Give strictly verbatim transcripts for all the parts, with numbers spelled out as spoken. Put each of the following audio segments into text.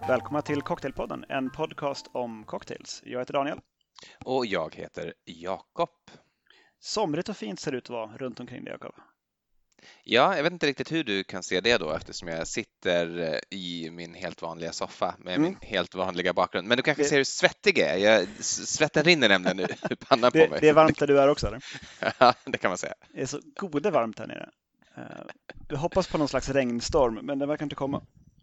Välkomna till Cocktailpodden, en podcast om cocktails. Jag heter Daniel. Och jag heter Jakob. Somrigt och fint ser det ut att vara runt omkring dig, Jakob. Ja, jag vet inte riktigt hur du kan se det då eftersom jag sitter i min helt vanliga soffa med Mm. min helt vanliga bakgrund. Men du kanske Det- ser hur svettig jag är. Jag, svetten rinner nämligen nu ur pannan på Det, mig. det är varmt där du är också, eller? Ja, det kan man säga. Det är så gode varmt här nere. Eh, Du hoppas på någon slags regnstorm, men den verkar inte komma.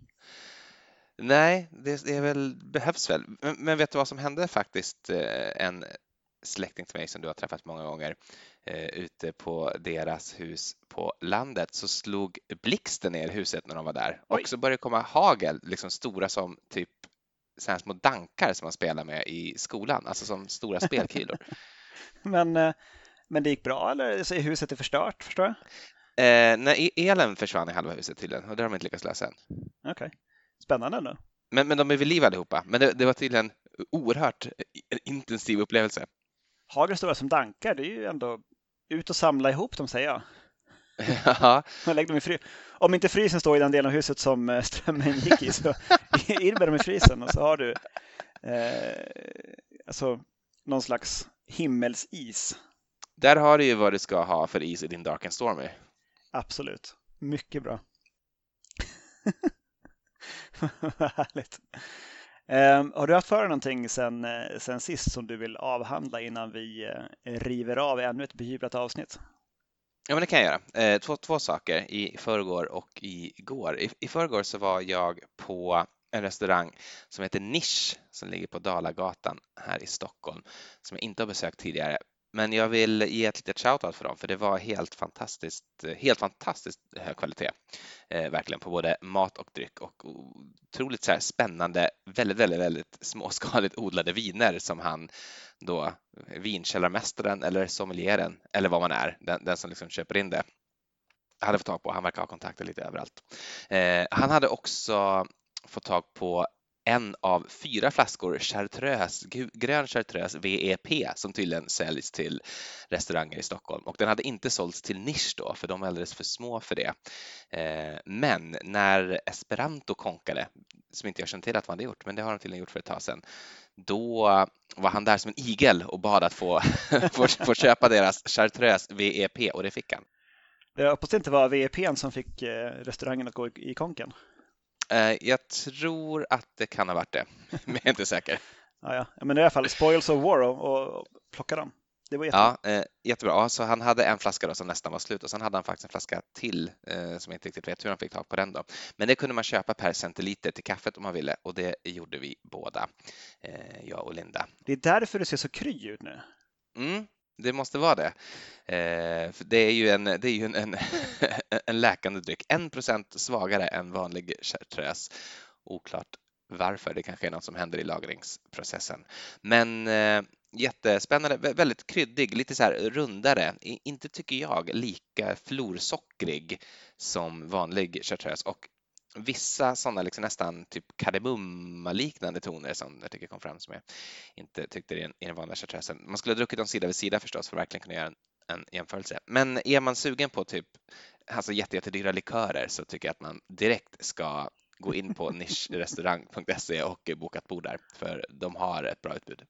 Nej, det, det är väl, behövs väl. Men, men vet du vad som hände faktiskt? Eh, En släkting till mig som du har träffat många gånger eh, ute på deras hus på landet så slog blixten ner i huset när de var där. Oj. Och så började det komma hagel, liksom stora som typ så här små dankar som man spelar med i skolan, alltså som stora spelkulor. Men, eh, men det gick bra, eller så är huset är förstört, förstår jag? eh, när e- elen försvann i halva huset tydligen och det har de inte lyckats lösa än. Okej, spännande ändå. Men, men de är vid liv allihopa. Men det, det var tydligen oerhört en intensiv upplevelse. Hagel stora som dankar, det är ju ändå ut och samla ihop dem, säger jag. Ja, Och lägg dem i fry. Om inte frysen står i den delen av huset som eh, strömmen gick i, så in med dem i frysen och så har du eh, alltså någon slags himmelsis. där har du ju vad du ska ha för is i din Dark and Stormy. Absolut. Mycket bra. Vad härligt. Um, har du haft för dig någonting sen, eh, sen sist som du vill avhandla innan vi eh, river av ännu ett bejublat avsnitt? Ja, men det kan jag göra. Eh, två, två saker, i förrgår och igår. I, I förrgår så var jag på en restaurang som heter Nisch som ligger på Dalagatan här i Stockholm som jag inte har besökt tidigare. Men jag vill ge ett litet shoutout för dem för det var helt fantastiskt, helt fantastiskt hög kvalitet. Eh, verkligen på både mat och dryck och otroligt så här spännande, väldigt, väldigt, väldigt småskaligt odlade viner som han då, vinkällarmästaren eller sommelieren eller vad man är, den, den som liksom köper in det, hade fått tag på. Han verkar ha kontakter lite överallt. Eh, han hade också fått tag på en av fyra flaskor Chartreuse, grön Chartreuse V E P som tydligen säljs till restauranger i Stockholm. Och den hade inte sålts till Nisch då, för de är alldeles för små för det. Eh, men när Esperanto konkade, som inte jag kände till att man hade gjort, men det har de tydligen gjort för ett tag sedan, då var han där som en igel och bad att få, få, få köpa deras Chartreuse V E P och det fick han. Jag hoppas det inte var V E P:n som fick eh, restaurangen att gå i, i konken. Jag tror att det kan ha varit det, men jag är inte säker. Ja, ja. Men i alla fall Spoils of War och, och plocka dem. Det var jättebra. Ja, eh, jättebra. Ja, så han hade en flaska då som nästan var slut och sen hade han faktiskt en flaska till eh, som jag inte riktigt vet hur han fick tag på den då. Men det kunde man köpa per centiliter till kaffet om man ville och det gjorde vi båda, eh, jag och Linda. Det är därför det ser så kry ut nu. Mm, det måste vara det. Eh, för det är ju en, det är ju en, en, en läkande dryck. En procent svagare än vanlig Chartreuse. Oklart varför. Det kanske är något som händer i lagringsprocessen. Men eh, jättespännande, vä- väldigt kryddig, lite så här rundare. I- Inte tycker jag lika florsockrig som vanlig Chartreuse. Och vissa sådana liksom nästan typ kardemumma-liknande toner som jag tycker kom fram som jag inte tyckte i den, i den vanliga Chartreusen. Man skulle ha druckit dem sida vid sida förstås för att verkligen kunna göra en, en jämförelse. Men är man sugen på typ alltså jätte, jättedyra likörer så tycker jag att man direkt ska gå in på nischrestaurang punkt se och boka ett bord där för de har ett bra utbud.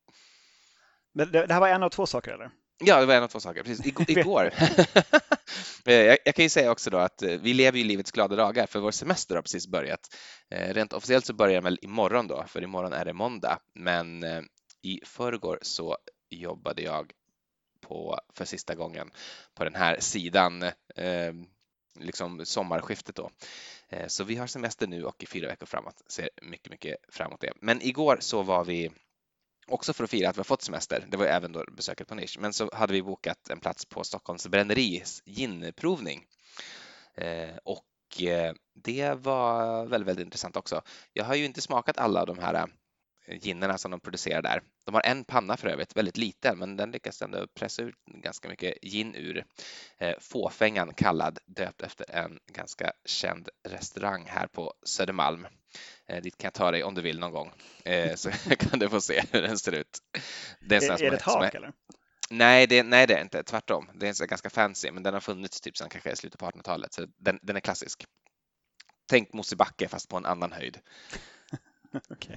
Men det, det här var en av två saker, eller? Ja, det var en av två saker. Precis. Igår. igår. jag, jag kan ju säga också då att vi lever i livets glada dagar för vår semester har precis börjat. Rent officiellt så börjar den väl imorgon då, för imorgon är det måndag. Men i förrgår så jobbade jag på, för sista gången på den här sidan, eh, liksom sommarskiftet då. Eh, så vi har semester nu och i fyra veckor framåt. Ser mycket, mycket framåt det. Men igår så var vi också för att fira att vi har fått semester, det var ju även då besöket på Nisch, men så hade vi bokat en plats på Stockholms bränneris ginprovning. Eh, och eh, det var väldigt, väldigt intressant också. Jag har ju inte smakat alla av de här ginnerna som de producerar där. De har en panna för övrigt, väldigt liten, men den lyckas ändå pressa ut ganska mycket gin ur. Eh, Fåfängan kallad, döpt efter en ganska känd restaurang här på Södermalm. Eh, dit kan jag ta dig om du vill någon gång, eh, så kan du få se hur den ser ut. Det är, är, är det ett hak, eller? Nej det, nej, det är inte. Tvärtom. Det är ganska fancy, men den har funnits typ sedan kanske i slutet på artonhundratalet, så den, den är klassisk. Tänk Mosebacke fast på en annan höjd. Okay.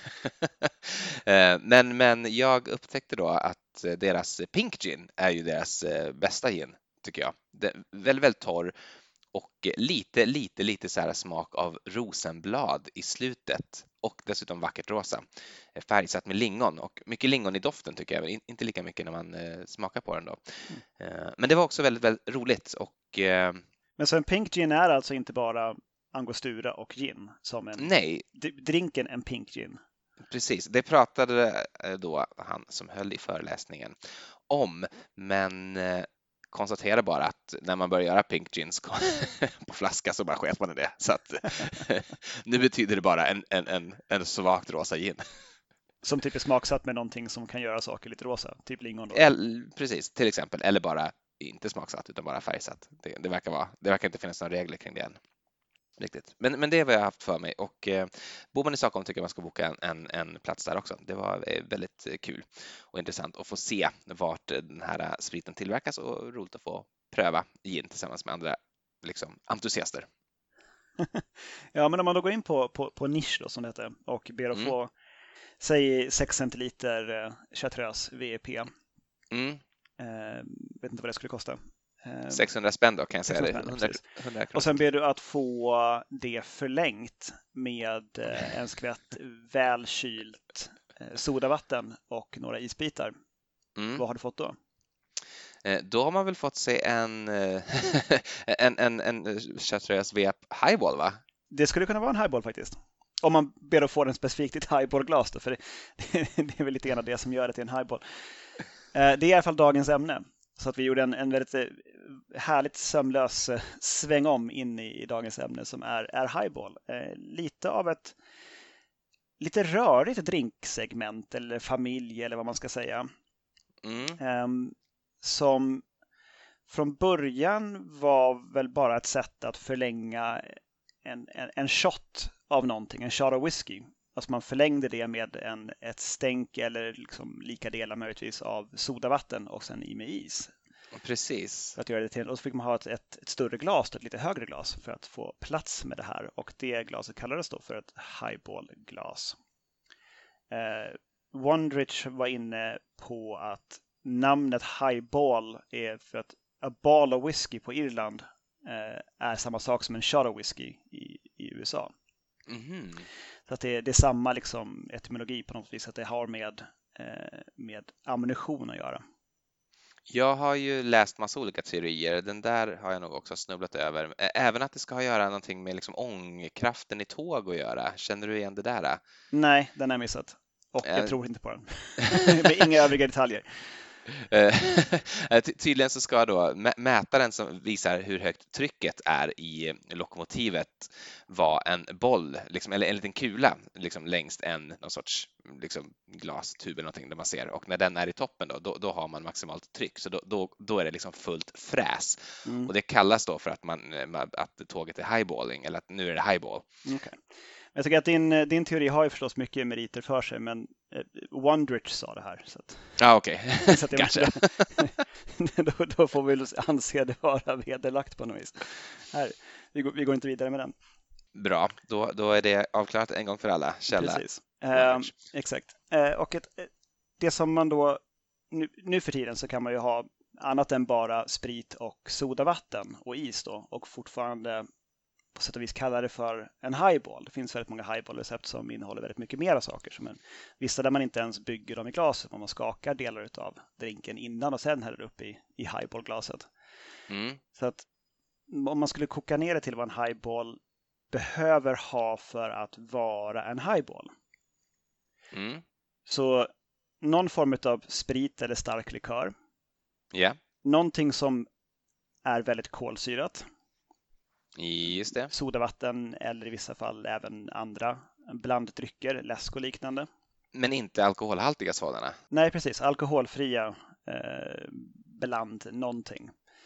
men, men jag upptäckte då att deras Pink Gin är ju deras bästa gin, tycker jag. Det är väldigt, väldigt torr och lite, lite, lite så här smak av rosenblad i slutet och dessutom vackert rosa. Färgsatt med lingon och mycket lingon i doften tycker jag, inte lika mycket när man smakar på den då. Mm. Men det var också väldigt, väldigt roligt och... Men så en Pink Gin är alltså inte bara angostura och gin som en... Nej. Drinken en Pink Gin. Precis, det pratade då han som höll i föreläsningen om, men konstaterade bara att när man börjar göra Pink Gins på flaska så bara sket man i det. Så att nu betyder det bara en, en, en, en svagt rosa gin. Som typ är smaksatt med någonting som kan göra saker lite rosa, typ lingon då. El, precis, till exempel. Eller bara inte smaksatt utan bara färgsatt. Det, det, verkar vara, det verkar inte finnas några regler kring det än. Riktigt. Men, men det är vad jag har haft för mig och eh, bor man i Stockholm tycker jag man ska boka en, en, en plats där också. Det var eh, väldigt kul och intressant att få se vart den här spriten tillverkas och roligt att få pröva gin tillsammans med andra liksom, entusiaster. Ja, men om man då går in på, på, på nisch då som det heter och ber att mm. få säg sex centiliter eh, Chartreuse V E P. Mm. Eh, vet inte vad det skulle kosta. sexhundra spänn då kan jag säga det. hundra, hundra och sen ber du att få det förlängt med en skvätt välkylt sodavatten och några isbitar. Mm. Vad har du fått då? Då har man väl fått sig en en, en, en Chartreuse V E P highball, va? Det skulle kunna vara en highball faktiskt. Om man ber att få den specifikt i ett highballglas då, för det, det är väl lite grann det som gör det till en highball. Det är i alla fall dagens ämne. Så att vi gjorde en, en väldigt härligt sömlös sväng om in i, i dagens ämne som är, är highball. Eh, lite av ett lite rörigt drinksegment eller familj eller vad man ska säga. Mm. Eh, som från början var väl bara ett sätt att förlänga en, en, en shot av någonting, en shot av whisky. Alltså man förlängde det med en, ett stänk eller liksom lika delar möjligtvis av sodavatten och sen i med is. Precis. För att göra det till, och så fick man ha ett, ett, ett större glas, ett lite högre glas för att få plats med det här. Och det glaset kallades då för ett highballglas. Eh, Wondrich var inne på att namnet highball är för att a ball of whisky på Irland eh, är samma sak som en shot of whisky i, i U S A. Mm-hmm. Så att det, det är samma liksom etymologi på något vis, att det har med, eh, med ammunition att göra. Jag har ju läst massa olika teorier. Den där har jag nog också snubblat över. Även att det ska ha att göra någonting med liksom ångkraften i tåg att göra. Känner du igen det där? Nej, den har jag missat. Och jag äh... tror inte på den. Med inga övriga detaljer. Tydligen så ska då mätaren som visar hur högt trycket är i lokomotivet vara en boll, liksom, eller en liten kula liksom, längst en någon sorts liksom, glastub eller någonting där man ser, och när den är i toppen då, då, då har man maximalt tryck, så då, då, då är det liksom fullt fräs. Mm. Och det kallas då för att, man, att tåget är highballing, eller att nu är det highball. Okay. Jag tycker att din, din teori har ju förstås mycket meriter för sig, men Wondrich sa det här. Så att, ah, okej. Okay. Kanske. då, då får vi anse det vara vederlagt på något vis. Här, vi, går, vi går inte vidare med den. Bra, då, då är det avklarat en gång för alla. Källa. Precis. Eh, exakt. Eh, och ett, det som man då, nu, nu för tiden så kan man ju ha annat än bara sprit och sodavatten och is då, och fortfarande på sätt och vis kallar det för en highball. Det finns väldigt många highball-recept som innehåller väldigt mycket mera saker. Som en, vissa där man inte ens bygger dem i glaset, man skakar delar av drinken innan och sen häller upp i, i highball-glaset. Mm. Så att om man skulle koka ner det till vad en highball behöver ha för att vara en highball. Mm. Så någon form av sprit eller stark likör. Yeah. Någonting som är väldigt kolsyrat. Just det. Sodavatten eller i vissa fall även andra blanddrycker, läsk och liknande. Men inte alkoholhaltiga sådana? Nej, precis. Alkoholfria eh, bland någonting.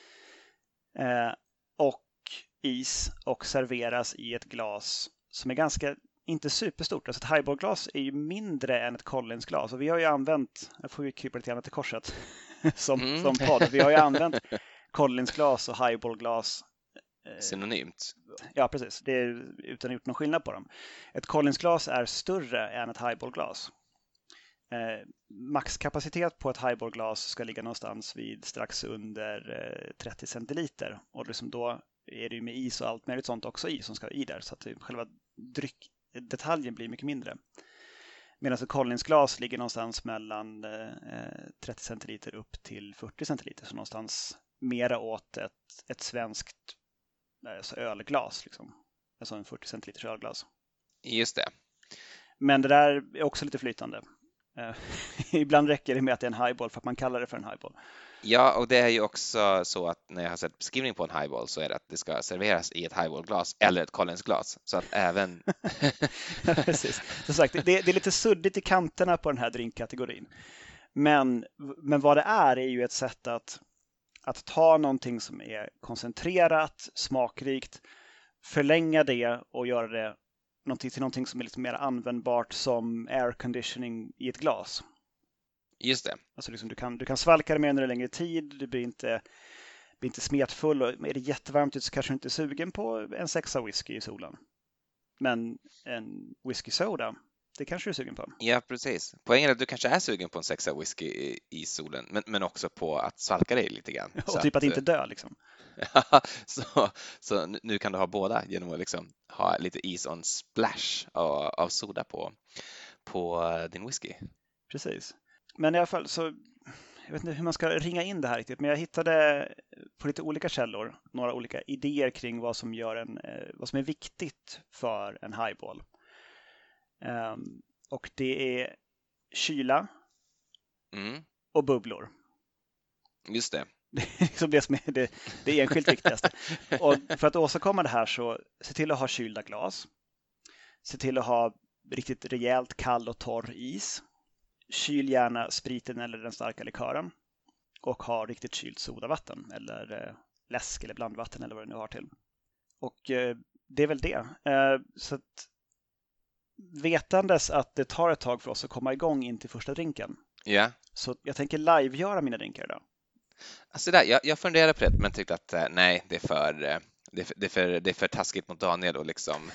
Eh, och is och serveras i ett glas som är ganska, inte superstort. Alltså ett highballglas är ju mindre än ett Collinsglas. Och vi har ju använt, jag får ju krypa lite grann till korset som, mm. som podd. Vi har ju använt Collinsglas och highballglas synonymt. Ja, precis. Det är utan att gjort någon skillnad på dem. Ett Collinsglas är större än ett highballglas. Eh, maxkapacitet på ett highballglas ska ligga någonstans vid strax under eh, trettio centiliter. Och liksom då är det ju med is och allt möjligt sånt också i som ska i där. Så att själva dryckdetaljen blir mycket mindre. Medan ett Collinsglas ligger någonstans mellan eh, trettio centiliter upp till fyrtio centiliter. Så någonstans mera åt ett, ett svenskt alltså ölglas. Liksom. Alltså en fyrtio centiliters ölglas. Just det. Men det där är också lite flytande. Ibland räcker det med att det är en highball för att man kallar det för en highball. Ja, och det är ju också så att när jag har sett beskrivning på en highball så är det att det ska serveras i ett highballglas eller ett Collinsglas. Så att även... Precis. Som sagt, det, det är lite suddigt i kanterna på den här drinkkategorin. Men, men vad det är är ju ett sätt att, att ta någonting som är koncentrerat, smakrikt, förlänga det och göra det någonting till någonting som är lite mer användbart som air conditioning i ett glas. Just det. Alltså liksom du, kan, du kan svalka det med under en längre tid, du blir inte, blir inte smetfull och är det jättevarmt ut så kanske du inte är sugen på en sexa whisky i solen. Men en whisky soda, det kanske du är sugen på. Ja, precis. Poängen är att du kanske är sugen på en sexa whisky i, i solen, men, men också på att svalka dig lite grann. Och så typ att, att inte dö liksom. så, så nu kan du ha båda genom att liksom ha lite is on splash av, av soda på, på din whisky. Precis. Men i alla fall så, jag vet inte hur man ska ringa in det här riktigt, men jag hittade på lite olika källor några olika idéer kring vad som, gör en, vad som är viktigt för en highball. Um, och det är kyla mm. och bubblor. Just det. Det är liksom det som är det, det enskilt viktigaste. Och för att åstadkomma det här så se till att ha kylda glas. Se till att ha riktigt rejält kall och torr is. Kyl gärna spriten eller den starka likören. Och ha riktigt kylt sodavatten eller eh, läsk eller blandvatten eller vad det nu har till. Och eh, det är väl det. Eh, så att vetandes att det tar ett tag för oss att komma igång in till första drinken. Ja. Yeah. Så jag tänker live-göra mina drinkar idag. Alltså där, jag, jag funderade på det men tyckte att nej, det är för, det är för, det är för, det är för taskigt mot Daniel och liksom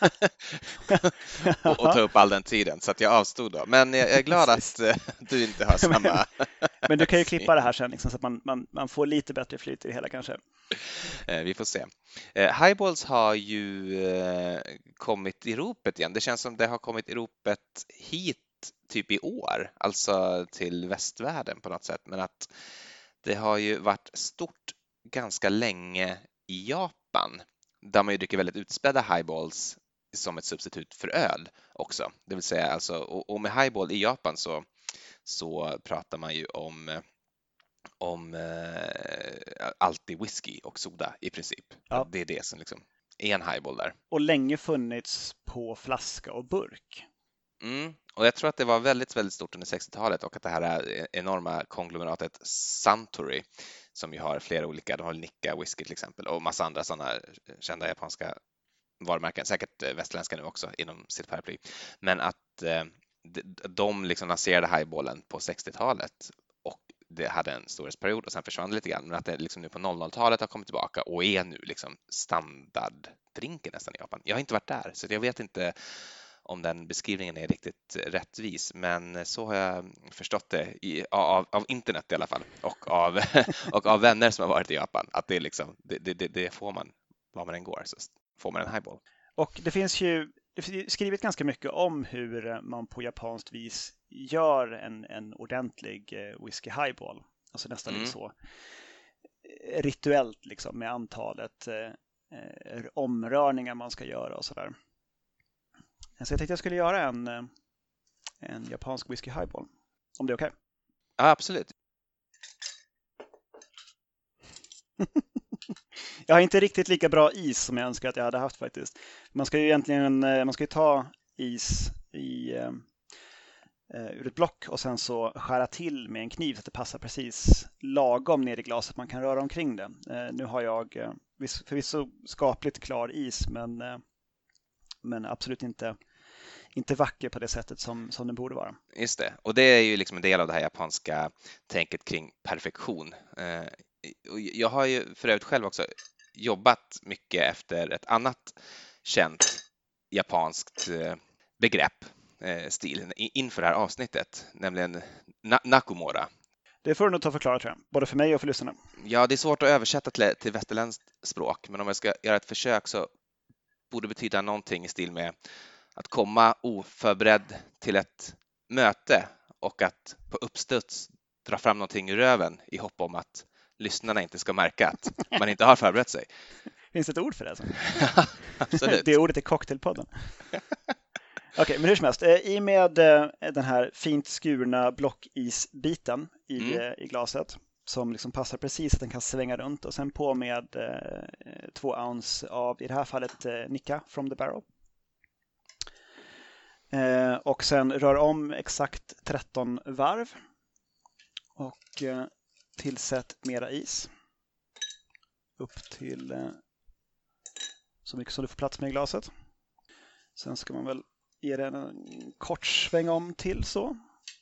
och, och ta upp all den tiden så att jag avstod då. Men jag, jag är glad att du inte har samma. Men du kan ju klippa det här sen liksom, så att man, man, man får lite bättre flyt i det hela kanske. Vi får se. Highballs har ju kommit i ropet igen. Det känns som det har kommit i ropet hit typ i år, alltså till västvärlden på något sätt. Men att det har ju varit stort ganska länge i Japan, där man ju dricker väldigt utspädda highballs som ett substitut för öl också. Det vill säga alltså, och, och med highball i Japan så, så pratar man ju om om eh, alltid whisky och soda i princip. Ja. Det är det som liksom är en highball där. Och länge funnits på flaska och burk. Mm. Och jag tror att det var väldigt, väldigt stort under sextiotalet och att det här enorma konglomeratet Suntory som ju har flera olika, de har Nikka whisky till exempel och massa andra sådana kända japanska varumärken, säkert västerländska nu också inom sitt paraply. Men att eh, de liksom lanserade highballen på sextiotalet och det hade en storhetsperiod och sen försvann det lite grann, men att det liksom nu på noll noll-talet har kommit tillbaka och är nu liksom standarddrinken nästan i Japan. Jag har inte varit där så jag vet inte om den beskrivningen är riktigt rättvis, men så har jag förstått det i, av, av internet i alla fall och av, och av vänner som har varit i Japan, att det, är liksom, det, det, det får man, var man än går, så får man en highball. Och det finns ju det finns skrivit ganska mycket om hur man på japanskt vis gör en, en ordentlig whisky highball, alltså nästan mm. så rituellt liksom med antalet eh, omrörningar man ska göra och sådär. Så jag tänkte jag skulle göra en, en japansk whisky highball. Om det är okej? Okay? Ja, absolut. Jag har inte riktigt lika bra is som jag önskar att jag hade haft faktiskt. Man ska ju egentligen man ska ju ta is i, uh, ur ett block och sen så skära till med en kniv så att det passar precis lagom ner i glaset. Man kan röra omkring det. Uh, nu har jag uh, förvisso skapligt klar is men, uh, men absolut inte inte vacker på det sättet som, som den borde vara. Just det, och det är ju liksom en del av det här japanska tänket kring perfektion. Eh, och jag har ju för övrigt själv också jobbat mycket efter ett annat känt japanskt begrepp, stil, inför det här avsnittet, nämligen na- Nakamura. Det får du nog ta och förklara, tror jag, både för mig och för lyssnarna. Ja, det är svårt att översätta till, till västerländskt språk, men om jag ska göra ett försök så borde det betyda någonting i stil med att komma oförberedd till ett möte och att på uppstuds dra fram någonting ur röven i hopp om att lyssnarna inte ska märka att man inte har förberett sig. Finns det ett ord för det? Alltså? Absolut. Det ordet är Cocktailpodden. Okej, okay, men hur som helst, i och med den här fint skurna blockisbiten i, mm. i glaset som liksom passar precis att den kan svänga runt, och sen på med eh, två ounce av, i det här fallet, eh, Nikka from the barrel. Eh, och sen rör om exakt tretton varv och eh, tillsätt mera is upp till eh, så mycket som du får plats med i glaset. Sen ska man väl ge den en kort sväng om till så.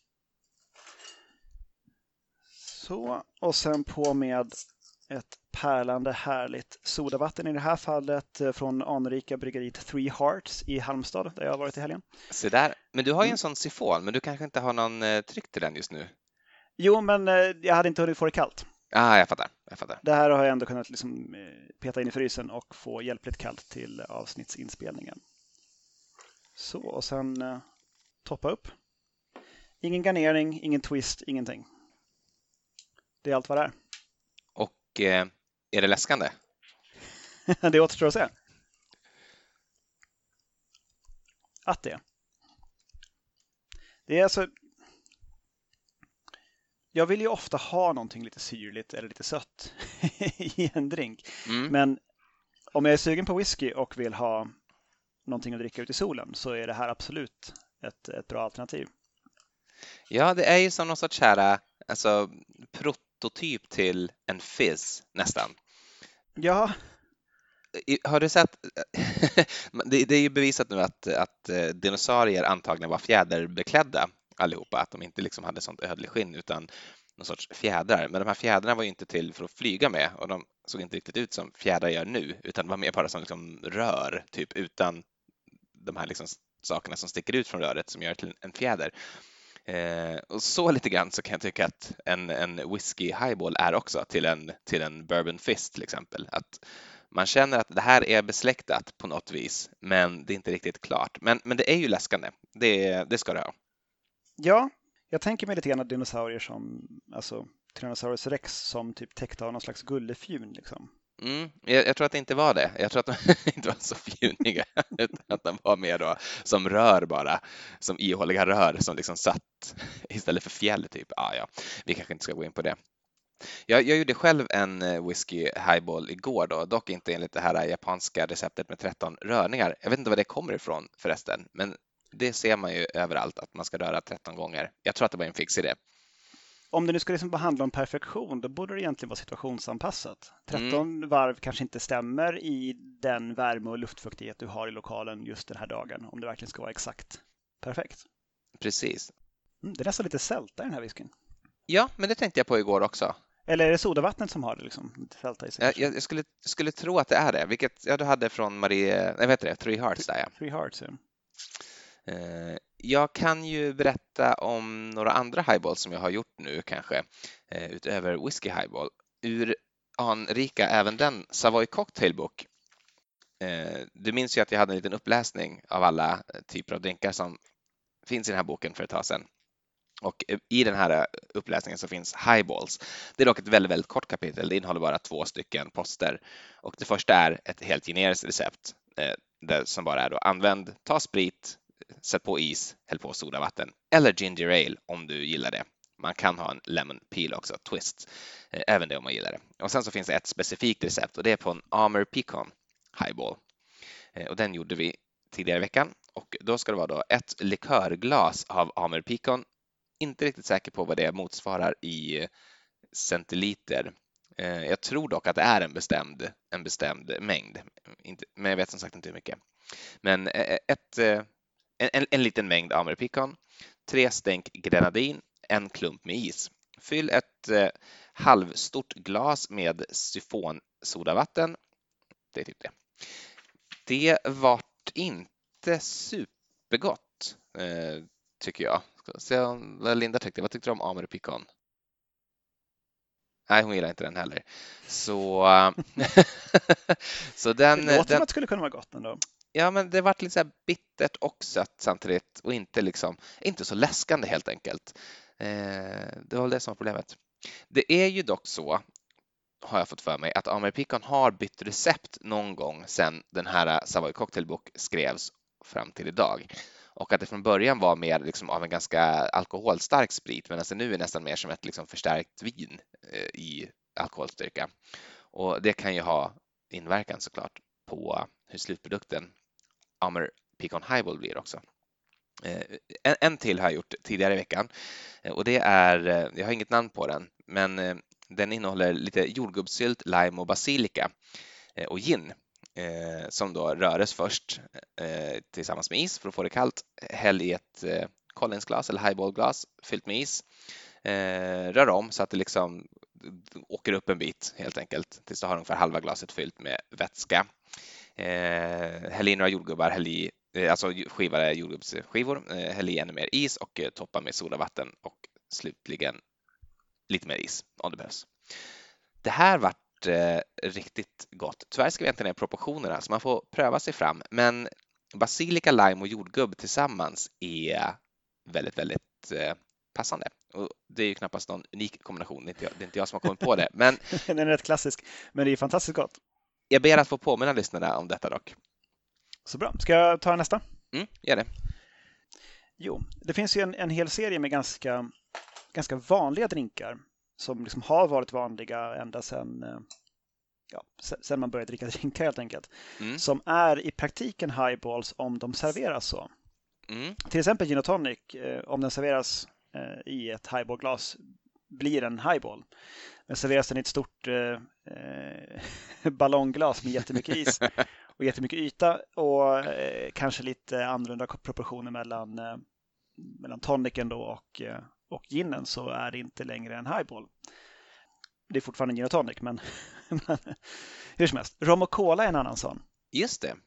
Så, och sen på med ett pärlande härligt sodavatten, i det här fallet från anrika bryggeriet Three Hearts i Halmstad, där jag har varit i helgen. Så där. Men du har ju en sån sifon, men du kanske inte har någon eh, tryck till den just nu? Jo, men eh, jag hade inte hunnit få det kallt. Ah, jag fattar, jag fattar. Det här har jag ändå kunnat liksom, eh, peta in i frysen och få hjälpligt kallt till avsnittsinspelningen. Så, och sen eh, toppa upp. Ingen garnering, ingen twist, ingenting. Det är allt vad det är. Och eh, är det läskande? Det återstår att se. Att det. Det är alltså... Jag vill ju ofta ha någonting lite syrligt eller lite sött i en drink. Mm. Men om jag är sugen på whisky och vill ha någonting att dricka ut i solen, så är det här absolut ett, ett bra alternativ. Ja, det är ju som någon sorts här, alltså prototyp till en fizz nästan. Ja. Har du sett, det är ju bevisat nu att, att dinosaurier antagligen var fjäderbeklädda allihopa, att de inte liksom hade sånt ödlig skinn utan någon sorts fjädrar. Men de här fjädrarna var ju inte till för att flyga med, och de såg inte riktigt ut som fjädrar gör nu, utan var mer bara som liksom rör, typ utan de här liksom sakerna som sticker ut från röret som gör till en fjäder. Eh, och så lite grann så kan jag tycka att en, en whisky highball är också till en, till en bourbon fizz till exempel. Att man känner att det här är besläktat på något vis, men det är inte riktigt klart. Men, men det är ju läskande, det, det ska det ha. Ja, jag tänker mig lite grann att dinosaurier som, alltså Tyrannosaurus rex som typ täckte av någon slags gullefjun liksom. Mm, jag, jag tror att det inte var det. Jag tror att de inte var så fjuniga, utan att de var mer då som rör bara, som ihåliga rör som liksom satt istället för fjäll typ. Ah, ja, vi kanske inte ska gå in på det. Jag, jag gjorde själv en whisky highball igår då, dock inte enligt det här japanska receptet med tretton rörningar. Jag vet inte var det kommer ifrån förresten, men det ser man ju överallt att man ska röra tretton gånger. Jag tror att det var en fix idé. Om det nu ska liksom handla om perfektion, då borde det egentligen vara situationsanpassat. tretton mm. varv kanske inte stämmer i den värme och luftfuktighet du har i lokalen just den här dagen, om det verkligen ska vara exakt perfekt. Precis. Mm, det är nästan lite sälta i den här whiskyn. Ja, men det tänkte jag på igår också. Eller är det sodavattnet som har det liksom, sälta i sig? Jag, jag skulle, skulle tro att det är det, vilket ja, du hade från Marie, nej, vet du det, Three Hearts där, ja. Three Hearts, ja. Jag kan ju berätta om några andra highballs som jag har gjort nu kanske, utöver whisky highball. Ur anrika även den Savoy Cocktail Book. Du minns ju att jag hade en liten uppläsning av alla typer av drinkar som finns i den här boken för ett tag sedan. Och i den här uppläsningen så finns highballs. Det är dock ett väldigt, väldigt kort kapitel. Det innehåller bara två stycken poster. Och det första är ett helt generiskt recept som bara är då använd, ta sprit, sätt på is, häll på sodavatten eller ginger ale om du gillar det. Man kan ha en lemon peel också, twist, även det om man gillar det. Och sen så finns det ett specifikt recept och det är på en Amer Pecan highball. Och den gjorde vi tidigare i veckan och då ska det vara då ett likörglas av Amer Pecan. Inte riktigt säker på vad det motsvarar i centiliter. Jag tror dock att det är en bestämd, en bestämd mängd, men jag vet som sagt inte hur mycket. Men ett En, en liten mängd Amer Pecan, tre stänk grenadin, en klump med is. Fyll ett eh, halvstort glas med syfonsodavatten det är typ det. Det vart inte supergott, eh, tycker jag. Ska se vad Linda tyckte. Vad tyckte du om Ameripicon? Nej, hon gillar inte den heller. Så, så den... Det låter den, som att det skulle kunna vara gott ändå. Ja, men det vart lite så här bittert och sött samtidigt och inte liksom, inte så läskande helt enkelt. Eh, det var det som var problemet. Det är ju dock så, har jag fått för mig, att Ameripicon har bytt recept någon gång sedan den här Savoy Cocktail Book skrevs fram till idag. Och att det från början var mer liksom av en ganska alkoholstark sprit, medan det nu är nästan mer som ett liksom förstärkt vin eh, i alkoholstyrka. Och det kan ju ha inverkan såklart på hur slutprodukten Ameripicon Highball blir också. En, en till har jag gjort tidigare i veckan och det är, jag har inget namn på den, men den innehåller lite jordgubbssylt, lime och basilika och gin som då röres först tillsammans med is för att få det kallt. Häll i ett Collinsglas eller highballglas fyllt med is. Rör om så att det liksom åker upp en bit helt enkelt tills du har ungefär halva glaset fyllt med vätska. Häll i några jordgubbar, häll i alltså skivade jordgubbsskivor, häll i ännu mer is och toppa med sodavatten och slutligen lite mer is om det behövs. Det här vart eh, riktigt gott. Tyvärr ska vi inte ner proportionerna så man får pröva sig fram, men basilika, lime och jordgubb tillsammans är väldigt, väldigt eh, passande. Och det är ju knappast någon unik kombination, det är inte jag, det är inte jag som har kommit på det. Men den är rätt klassisk, men det är fantastiskt gott. Jag ber att få påminna lyssnarna om detta dock. Så bra. Ska jag ta nästa? Mm, gör det. Jo, det finns ju en, en hel serie med ganska, ganska vanliga drinkar som liksom har varit vanliga ända sedan, ja, sedan man började dricka drinkar helt enkelt. Mm. Som är i praktiken highballs om de serveras så. Mm. Till exempel gin och tonic, om den serveras i ett highballglas blir en highball. Men serveras den i ett stort eh, ballongglas med jättemycket is och jättemycket yta och eh, kanske lite annorlunda proportioner mellan, eh, mellan tonicen då och, eh, och ginen, så är det inte längre en highball. Det är fortfarande en gin och tonic, men hur som helst. Rom och cola är en annan sån. Just det.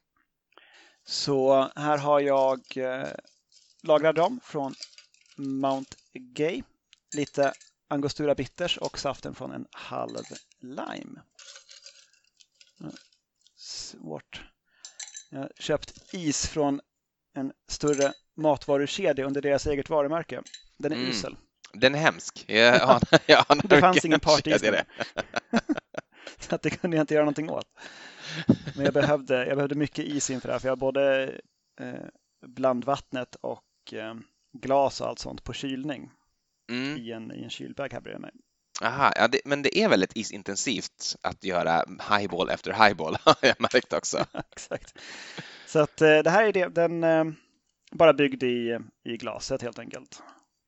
Så här har jag eh, lagrad rom från Mount Gay. Lite Angostura bitters och saften från en halv lime. Svårt. Jag har köpt is från en större matvarukedja under deras eget varumärke. Den är mm. usel. Den är hemsk. Jag anar, jag anar det fanns ingen partys det. Så att det kunde jag inte göra någonting åt. Men jag behövde, jag behövde mycket is inför det här. För jag har både eh, blandvattnet och eh, glas och allt sånt på kylning. Mm. I, en, i en kylbag här bredvid mig. Aha, ja, det, men det är väldigt isintensivt att göra highball efter highball, har jag märkt också. Exakt. Så att eh, det här är det, den eh, bara byggd i, i glaset helt enkelt.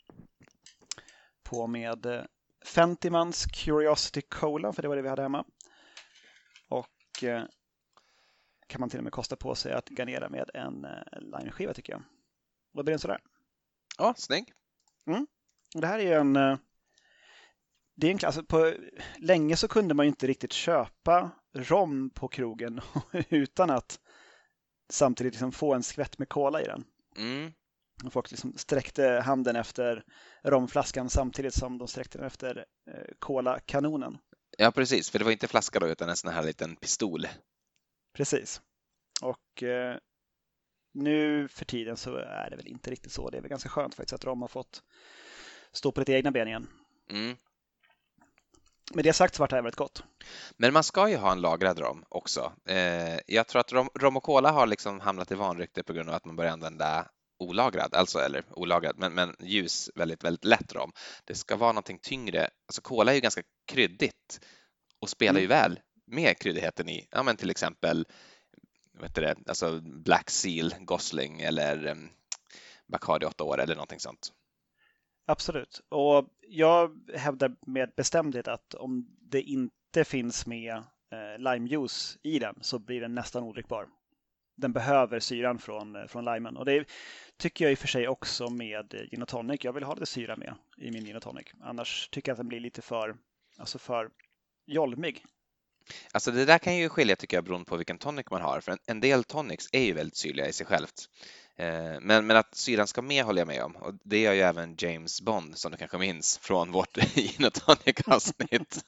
På med eh, Fentimans Curiosity Cola, för det var det vi hade hemma. Och eh, kan man till och med kosta på sig att garnera med en eh, limeskiva tycker jag. Vad blir den sådär? Ja, snygg. Mm. Det här är ju en... Det är en klass, på, länge så kunde man ju inte riktigt köpa rom på krogen utan att samtidigt liksom få en skvätt med cola i den. Mm. Och folk liksom sträckte handen efter romflaskan samtidigt som de sträckte den efter eh, cola-kanonen. Ja, precis. För det var inte flaska då utan en sån här liten pistol. Precis. Och eh, nu för tiden så är det väl inte riktigt så. Det är väl ganska skönt faktiskt att rom har fått stå på lite egna ben igen. Mm. Men det sagt så vart det här väldigt gott. Men man ska ju ha en lagrad rom också. Eh, jag tror att rom, rom och cola har liksom hamnat i vanrykte på grund av att man börjar använda olagrad, alltså eller olagrad, men, men ljus, väldigt, väldigt lätt rom. Det ska vara någonting tyngre. Alltså cola är ju ganska kryddigt och spelar mm. ju väl med kryddigheten i, ja men till exempel vet du det, alltså Black Seal, Gosling eller um, Bacardi åtta år eller någonting sånt. Absolut. Och jag hävdar med bestämdhet att om det inte finns med eh, limejuice i den så blir den nästan odrickbar. Den behöver syran från, från limen. Och det tycker jag i och för sig också med gin och tonic. Jag vill ha lite syra med i min gin och tonic. Annars tycker jag att den blir lite för, alltså för jolmig. Alltså det där kan ju skilja tycker jag beroende på vilken tonic man har. För en, en del tonics är ju väldigt syrliga i sig självt. Eh, men, men att syran ska med håller jag med om. Och det gör ju även James Bond som du kanske minns från vårt gin och tonic-avsnitt.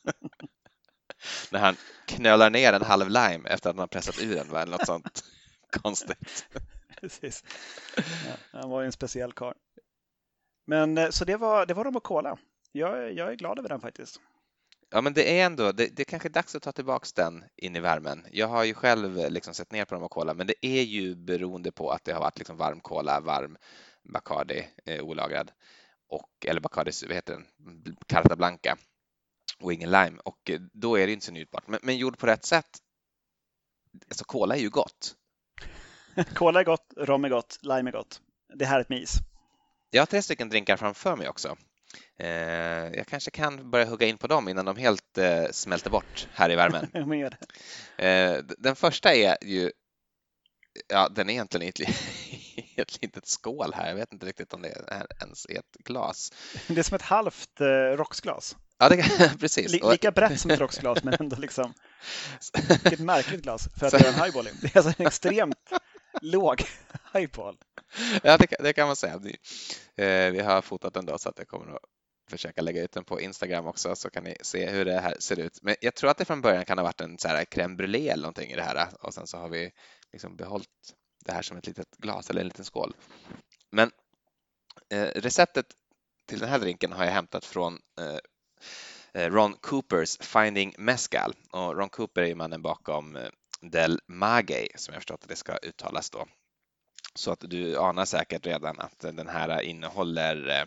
När han knölar ner en halv lime efter att man pressat ur den, eller något sånt konstigt. Precis. Ja, han var ju en speciell karl. Men eh, så det var, det var rom och cola. Jag, jag är glad över den faktiskt. Ja, men det är ändå, det, det är kanske dags att ta tillbaks den in i värmen. Jag har ju själv eh, liksom sett ner på dem och cola, men det är ju beroende på att det har varit liksom varm cola, varm Bacardi eh, olagrad och eller Bacardi, vad heter den, Carta Blanca och ingen lime, och eh, då är det inte så njutbart. Men, men gjord på rätt sätt, alltså cola är ju gott. Cola är gott, rom är gott, lime är gott. Det här är ett mis. Jag har tre stycken drinkar framför mig också. Eh, jag kanske kan börja hugga in på dem innan de helt eh, smälter bort här i värmen. Men gör det. Eh, den första är ju, ja, den är egentligen i ett, i ett litet skål här. Jag vet inte riktigt om det är ens är ett glas. Det är som ett halvt eh, rocksglas. Ja, det, precis. Li- lika brett som ett rocksglas, men ändå liksom ett märkligt glas för att göra en highball. Det är alltså en extremt låg highball. Ja, det, det kan man säga. Eh, vi har fotat den då så att jag kommer att försöka lägga ut den på Instagram också, så kan ni se hur det här ser ut. Men jag tror att det från början kan ha varit en så här crème brûlée eller någonting i det här, och sen så har vi liksom behållit det här som ett litet glas eller en liten skål. Men eh, receptet till den här drinken har jag hämtat från eh, Ron Coopers Finding Mezcal, och Ron Cooper är ju mannen bakom eh, Del Maguey, som jag förstått att det ska uttalas då. Så att du anar säkert redan att den här innehåller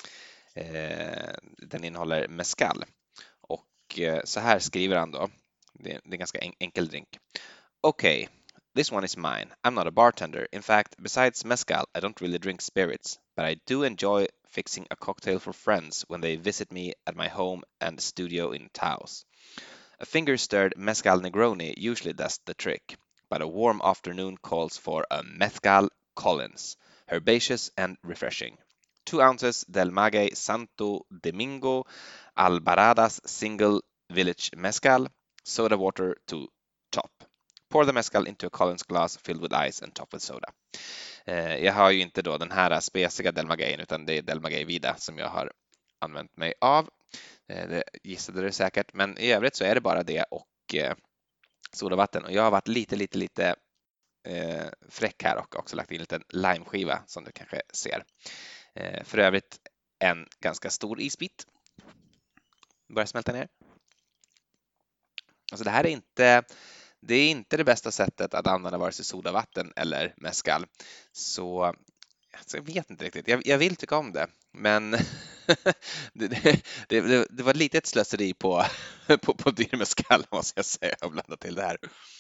eh, den innehåller mezcal. Och eh, så här skriver han då. Det är, det är en ganska en, enkel drink. Okay, this one is mine. I'm not a bartender. In fact, besides mezcal, I don't really drink spirits, but I do enjoy fixing a cocktail for friends when they visit me at my home and studio in Taos. A finger-stirred mezcal Negroni usually does the trick, but a warm afternoon calls for a mezcal Collins, herbaceous and refreshing. Two ounces Del Maguey Santo Domingo Albaradas Single Village Mezcal, soda water to top. Pour the mezcal into a Collins glass filled with ice and top with soda. Eh, jag har ju inte då den här speciga Del Maguey, utan det är Del Maguey Vida som jag har använt mig av. Eh, det gissade du säkert, men i övrigt så är det bara det och eh, sodavatten. Och jag har varit lite, lite, lite eh, fräck här och också lagt in en liten limeskiva som du kanske ser. Eh, för övrigt en ganska stor isbit. Börjar smälta ner. Alltså det här är inte, det är inte det bästa sättet att använda vare sig sodavatten eller mezcal. Så alltså jag vet inte riktigt. Jag, jag vill tycka om det, men det, det, det, det var lite ett slöseri på, på, på dyr mezcal, måste jag säga, att blanda till det här.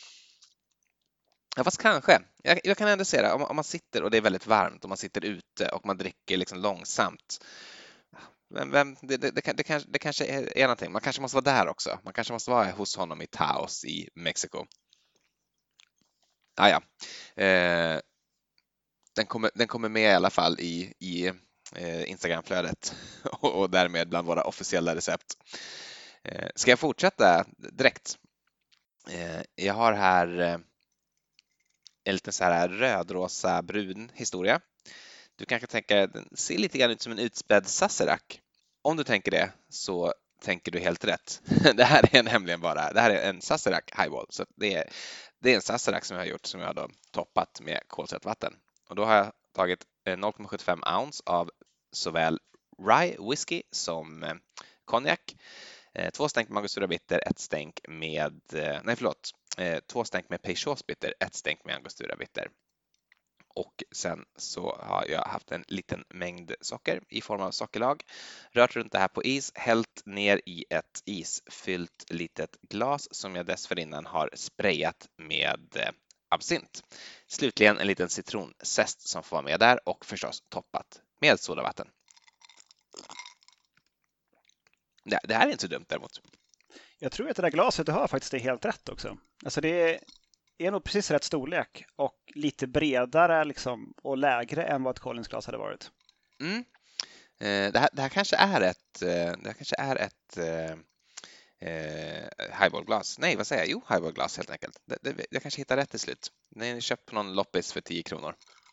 Ja, fast kanske. Jag, jag kan ändå se det. Om, om man sitter och det är väldigt varmt och man sitter ute och man dricker liksom långsamt. Men, men det, det, det, det, kanske, det kanske är, är någonting. Man kanske måste vara där också. Man kanske måste vara hos honom i Taos i Mexiko. Ah, ja. Eh, den, kommer, den kommer med i alla fall i, i eh, Instagramflödet och, och därmed bland våra officiella recept. Eh, ska jag fortsätta direkt? Eh, jag har här eh, en liten så här rödrosa brun historia. Du kanske tänker att den ser lite grann ut som en utspädd Sazerac. Om du tänker det så tänker du helt rätt. Det här är nämligen bara, det här är en Sazerac highball. Så det är, det är en Sazerac som jag har gjort som jag har då toppat med kolsyrat. Och då har jag tagit noll komma sjuttiofem ounce av såväl rye whisky som konjak. Två stänk med Angostura bitter, ett stänk med, nej förlåt, två stänk med Peychaus bitter, ett stänk med Angostura bitter. Och sen så har jag haft en liten mängd socker i form av sockerlag. Rört runt det här på is, hällt ner i ett isfyllt litet glas som jag dessförinnan har sprayat med absint. Slutligen en liten citronzest som får vara med där och förstås toppat med sodavatten. Det här är inte så dumt däremot. Jag tror att det där glaset du har faktiskt är helt rätt också. Alltså det är, är nog precis rätt storlek och lite bredare liksom, och lägre än vad ett Collins-glas hade varit. Mm. Det här, det här kanske är ett, det här kanske är ett eh, highballglas. Nej, vad säger jag? Jo, highballglas helt enkelt. Det, det, jag kanske hittar rätt till slut. Den är köpt på någon loppis för tio kronor.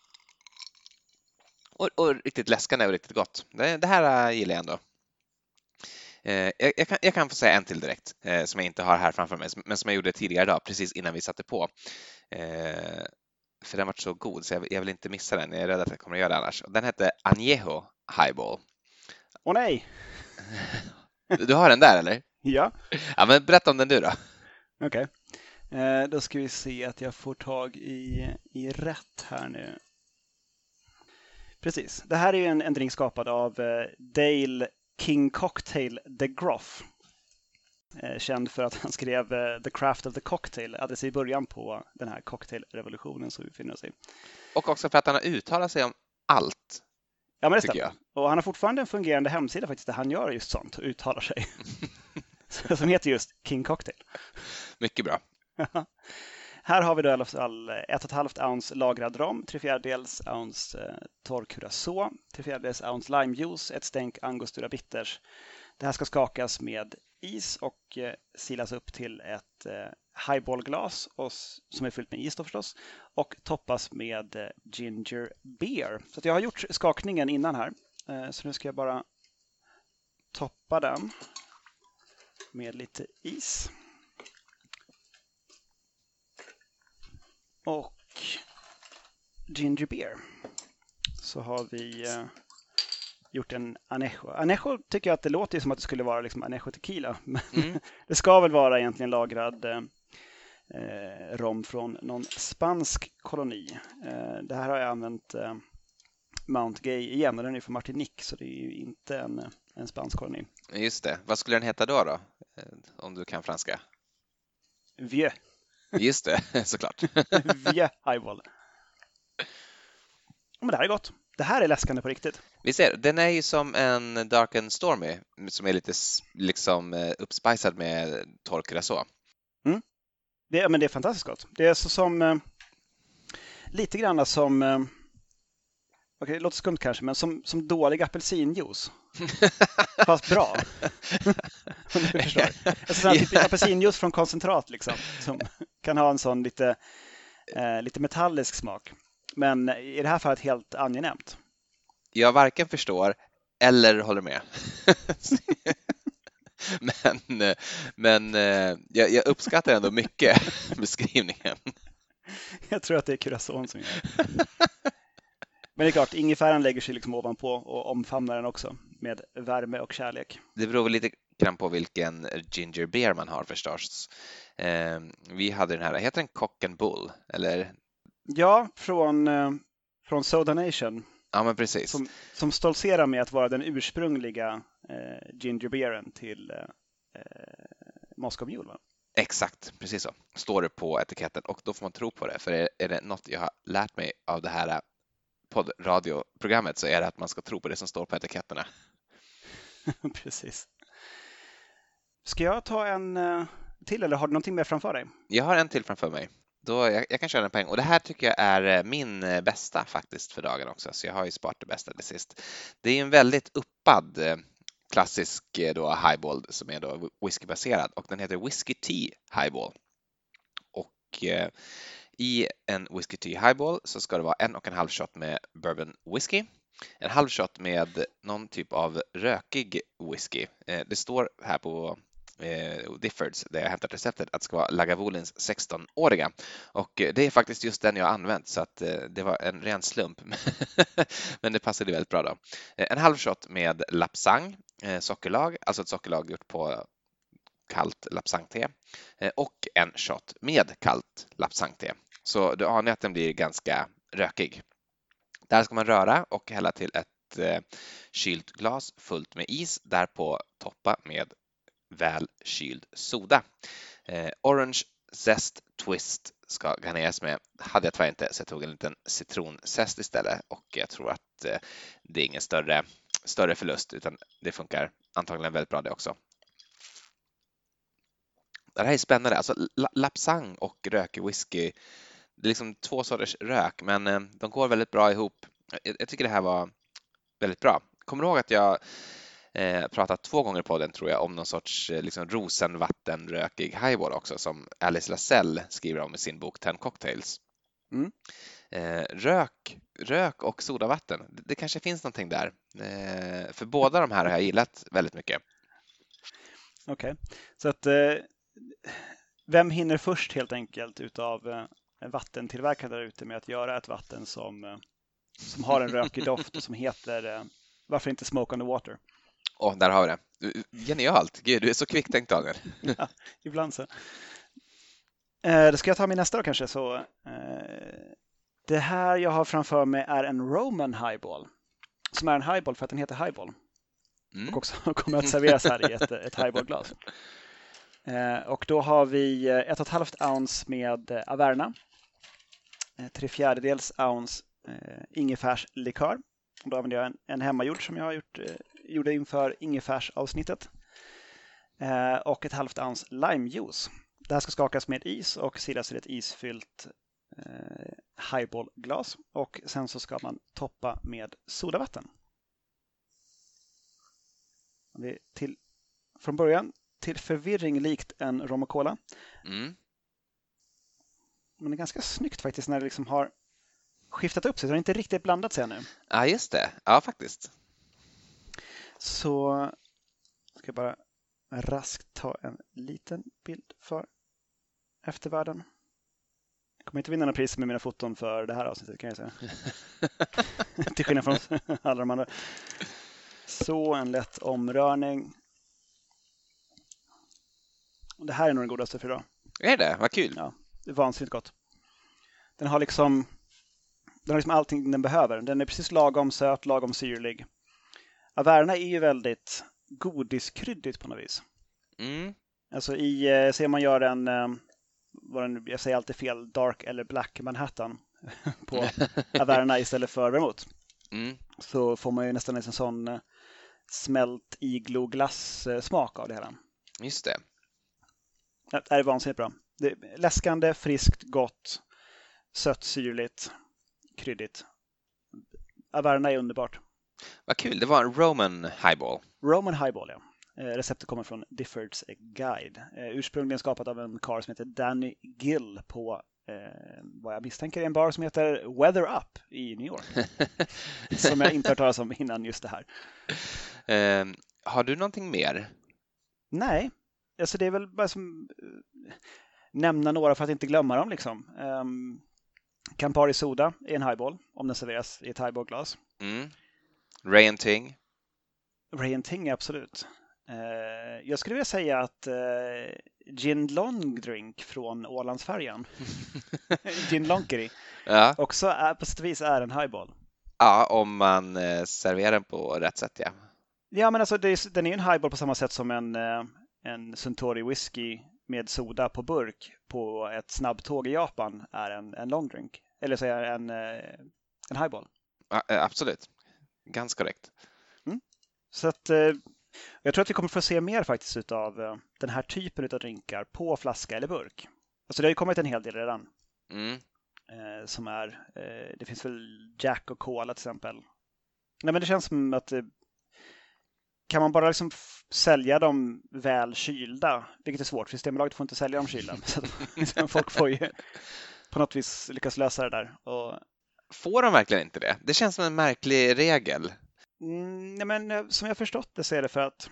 Och, och riktigt läskande och riktigt gott. Det, det här gillar jag ändå. Eh, jag, jag, kan, jag kan få säga en till direkt eh, som jag inte har här framför mig, men som jag gjorde tidigare idag, precis innan vi satte på. Eh, för den var så god så jag, jag vill inte missa den. Jag är rädd att jag kommer att göra det annars. Och den hette Añejo Highball. Åh nej! Du har den där eller? Ja. Ja, men berätta om den du då. Okej. Okay. Eh, då ska vi se att jag får tag i, i rätt här nu. Precis. Det här är ju en, en drink skapad av eh, Dale King Cocktail de Groff. Eh, känd för att han skrev eh, The Craft of the Cocktail alldeles i början på den här cocktailrevolutionen som vi befinner oss i. Och också för att han har uttalat sig om allt. Ja, men det stämmer. Och han har fortfarande en fungerande hemsida faktiskt där han gör just sånt och uttalar sig. Som heter just King Cocktail. Mycket bra. Här har vi då i alla fall ett och ett halvt ounce lagrad rom, tre fjärdedels ounce eh, torr curacao, tre fjärdedels ounce limejuice, ett stänk angostura bitters. Det här ska skakas med is och eh, silas upp till ett eh, highballglas och, som är fyllt med is då förstås och toppas med eh, ginger beer. Så att jag har gjort skakningen innan här. Eh, så nu ska jag bara toppa den med lite is. Och ginger beer. Så har vi eh, gjort en anejo. Anejo tycker jag att det låter som att det skulle vara liksom anejo tequila. Men mm. det ska väl vara egentligen lagrad eh, rom från någon spansk koloni. Eh, det här har jag använt eh, Mount Gay igen och den är från Martinique så det är ju inte en, en spansk koloni. Just det. Vad skulle den heta då då? Om du kan franska. Vieux. Just det, såklart. Vieux highball. Men det här är gott. Det här är läskande på riktigt. Vi ser, den är ju som en Dark and Stormy som är lite liksom uppspicad med torr curacao. Mm. Det, men det är fantastiskt gott. Det är så som eh, lite grann som eh, okej, okay, det låter skumt kanske, men som, som dålig apelsinjuice. Fast bra. Om du förstår. Alltså sån här typ apelsinjuice från koncentrat liksom. Som kan ha en sån lite, eh, lite metallisk smak. Men i det här fallet helt angenämt. Jag varken förstår eller håller med. men men jag, jag uppskattar ändå mycket beskrivningen. Jag tror att det är curaçaon som gör det. Men det är klart, ingefäran lägger sig liksom ovanpå och omfamnar den också med värme och kärlek. Det beror lite grann på vilken ginger beer man har förstås. Eh, vi hade den här, heter den Cock and Bull? Eller? Ja, från, eh, från Soda Nation. Ja, men precis. Som, som stoltserar med att vara den ursprungliga eh, ginger beeren till eh, Moscow Mule, va? Exakt, precis så. Står det på etiketten och då får man tro på det. För är, är det något jag har lärt mig av det här poddradioprogrammet så är det att man ska tro på det som står på etiketterna. Precis. Ska jag ta en till eller har du någonting mer framför dig? Jag har en till framför mig. Då, jag, jag kan köra en poäng. Och det här tycker jag är min bästa faktiskt för dagen också. Så jag har ju sparat det bästa till sist. Det är en väldigt uppad klassisk då, highball som är då whiskybaserad. Och den heter Whiskey Tea Highball. Och eh, i en Whiskey Tea Highball så ska det vara en och en halv shot med bourbon whisky. En halv shot med någon typ av rökig whisky. Eh, det står här på Eh, Diffords, där jag hämtat receptet, att det ska vara Lagavulins sexton-åriga. Och det är faktiskt just den jag har använt så att eh, det var en ren slump. Men det passade väldigt bra då. Eh, en halv shot med lapsang, eh, sockerlag, alltså ett sockerlag gjort på kallt lapsangte. Eh, och en shot med kallt lapsangte. Så du anar att den blir ganska rökig. Där ska man röra och hälla till ett eh, kylt glas fullt med is. Därpå toppa med väl kyld soda. Eh, orange zest twist ska garneras med. Hade jag tyvärr inte så jag tog en liten citronzest istället och jag tror att eh, det är ingen större, större förlust utan det funkar antagligen väldigt bra det också. Det här är spännande. Alltså lapsang och rökig whisky, det är liksom två sorters rök men eh, de går väldigt bra ihop. Jag, jag tycker det här var väldigt bra. Kommer du ihåg att jag eh, pratat två gånger på den tror jag om någon sorts eh, liksom rosenvattenrökig highball också som Alice Lascelles skriver om i sin bok Ten Cocktails. Mm. Eh, rök, rök och sodavatten, det, det kanske finns någonting där. Eh, för båda de här har jag gillat väldigt mycket. Okej, okay. Så att eh, vem hinner först helt enkelt utav eh, vattentillverkare där ute med att göra ett vatten som, eh, som har en rökig doft och som heter eh, varför inte Smoke on the Water? Åh, oh, där har vi det. Genialt. Gud, du är så kvicktänkt, Daniel. Ja, ibland så. Eh, då ska jag ta min nästa då kanske. Så, eh, det här jag har framför mig är en Roman Highball. Som är en highball för att den heter Highball. Mm. Och också kommer att serveras här i ett, ett highballglas. Eh, och då har vi ett och ett halvt ounce med Averna. Eh, tre fjärdedels ounce eh, ingefärslikör. Och då använder jag en, en hemmagjord som jag har gjort, eh, gjorde inför ingefärsavsnittet. Eh, och ett halvt ounce limejuice. Det här ska skakas med is och silas till ett isfyllt eh, highballglas. Och sen så ska man toppa med sodavatten. Det är till, från början till förvirring likt en rom och cola. Mm. Men det är ganska snyggt faktiskt när det liksom har skiftat upp sig. Det har inte riktigt blandat sig ännu. Ja, just det. Ja, faktiskt. Så ska jag bara raskt ta en liten bild för eftervärlden. Jag kommer inte vinna några pris med mina foton för det här avsnittet kan jag säga. Till skillnad från alla de andra. Så en lätt omrörning. Det här är nog den godaste för idag. Är det? Vad kul. Ja, det är vansinnigt gott. Den har liksom den har liksom allting den behöver. Den är precis lagom söt, lagom syrlig. Averna är ju väldigt godiskryddigt på något vis. Mm. Alltså i, ser man gör en, vad den, jag säger alltid fel, dark eller black Manhattan på Averna istället för vermouth. Mm. Så får man ju nästan en sån smält igloglass smak av det hela. Just det. Det är vansinnigt bra. Det är läskande, friskt, gott, sött, syrligt, kryddigt. Averna är underbart. Vad kul, det var en Roman Highball. Roman Highball, ja. Receptet kommer från Difford's Guide. Ursprungligen skapat av en karl som heter Danny Gill på eh, vad jag misstänker är en bar som heter Weather Up i New York. Som jag inte hört talas om innan just det här. Eh, har du någonting mer? Nej, alltså det är väl bara som uh, nämna några för att inte glömma dem liksom. Um, Campari Soda är en highball om den serveras i ett highballglas. Mm. Ray and Ting. Ray and Ting, absolut. Uh, jag skulle vilja säga att uh, Gin Long Drink från Ålandsfärjan. Gin Lonkeri. Ja. Också är, på sätt och vis är en highball. Ja, om man uh, serverar den på rätt sätt, ja. Ja, men alltså det är, den är en highball på samma sätt som en, uh, en Suntory whisky med soda på burk på ett snabbtåg i Japan är en, en long drink. Eller så är det en, uh, en highball. Ja, absolut. Ganska korrekt. Mm. Så att uh, jag tror att vi kommer få se mer faktiskt utav uh, den här typen av drinkar på flaska eller burk. Alltså det har ju kommit en hel del redan. Mm. Uh, som är, uh, det finns väl Jack och Cola till exempel. Nej, men det känns som att uh, kan man bara liksom f- sälja dem väl kylda, vilket är svårt, för Systembolaget får inte sälja dem kylda. Så folk får ju på något vis lyckas lösa det där. Och... Får de verkligen inte det? Det känns som en märklig regel. Mm, nej, men som jag förstått det så är det för att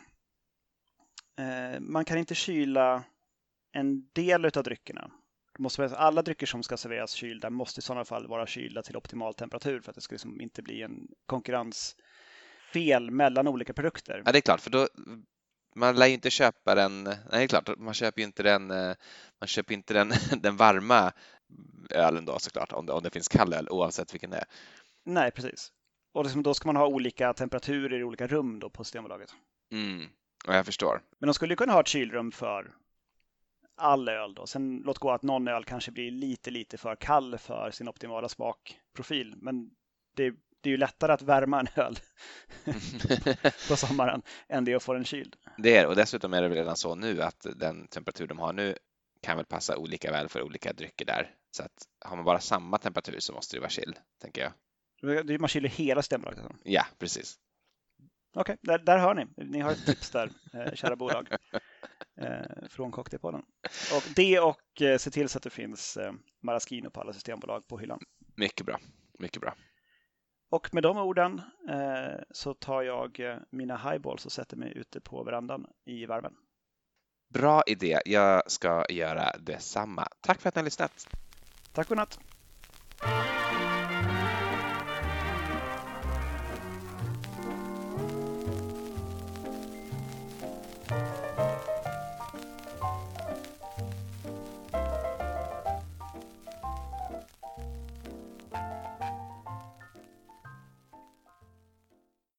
eh, man kan inte kyla en del av dryckerna. Det måste, alla drycker som ska serveras kylda måste i sådana fall vara kylda till optimal temperatur för att det ska liksom inte bli en konkurrensfel mellan olika produkter. Ja, det är klart, för då man lär ju inte köpa den. Nej, det är klart, man köper ju inte den. Man köper inte den, den varma ölen då såklart om det, om det finns kall öl oavsett vilken det är. Nej, precis. Och liksom, då ska man ha olika temperaturer i olika rum då på Systembolaget. Mm, och jag förstår. Men de skulle ju kunna ha ett kylrum för all öl då. Sen låt gå att någon öl kanske blir lite, lite för kall för sin optimala smakprofil. Men det, det är ju lättare att värma en öl på sommaren än det att få den kyld. Det är och dessutom är det väl redan så nu att den temperatur de har nu kan väl passa olika väl för olika drycker där. Så att har man bara samma temperatur så måste det vara kyld, tänker jag. Man kyler hela Systembolaget. Ja, precis. Okej, okay, där, där hör ni. Ni har ett tips där, eh, kära bolag. Eh, från Cocktailpodden. Och det och eh, se till så att det finns eh, Maraschino på alla systembolag på hyllan. Mycket bra, mycket bra. Och med de orden eh, så tar jag eh, mina highballs och sätter mig ute på verandan i värmen. Bra idé, jag ska göra detsamma. Tack för att ni har lyssnat. Tack och natt.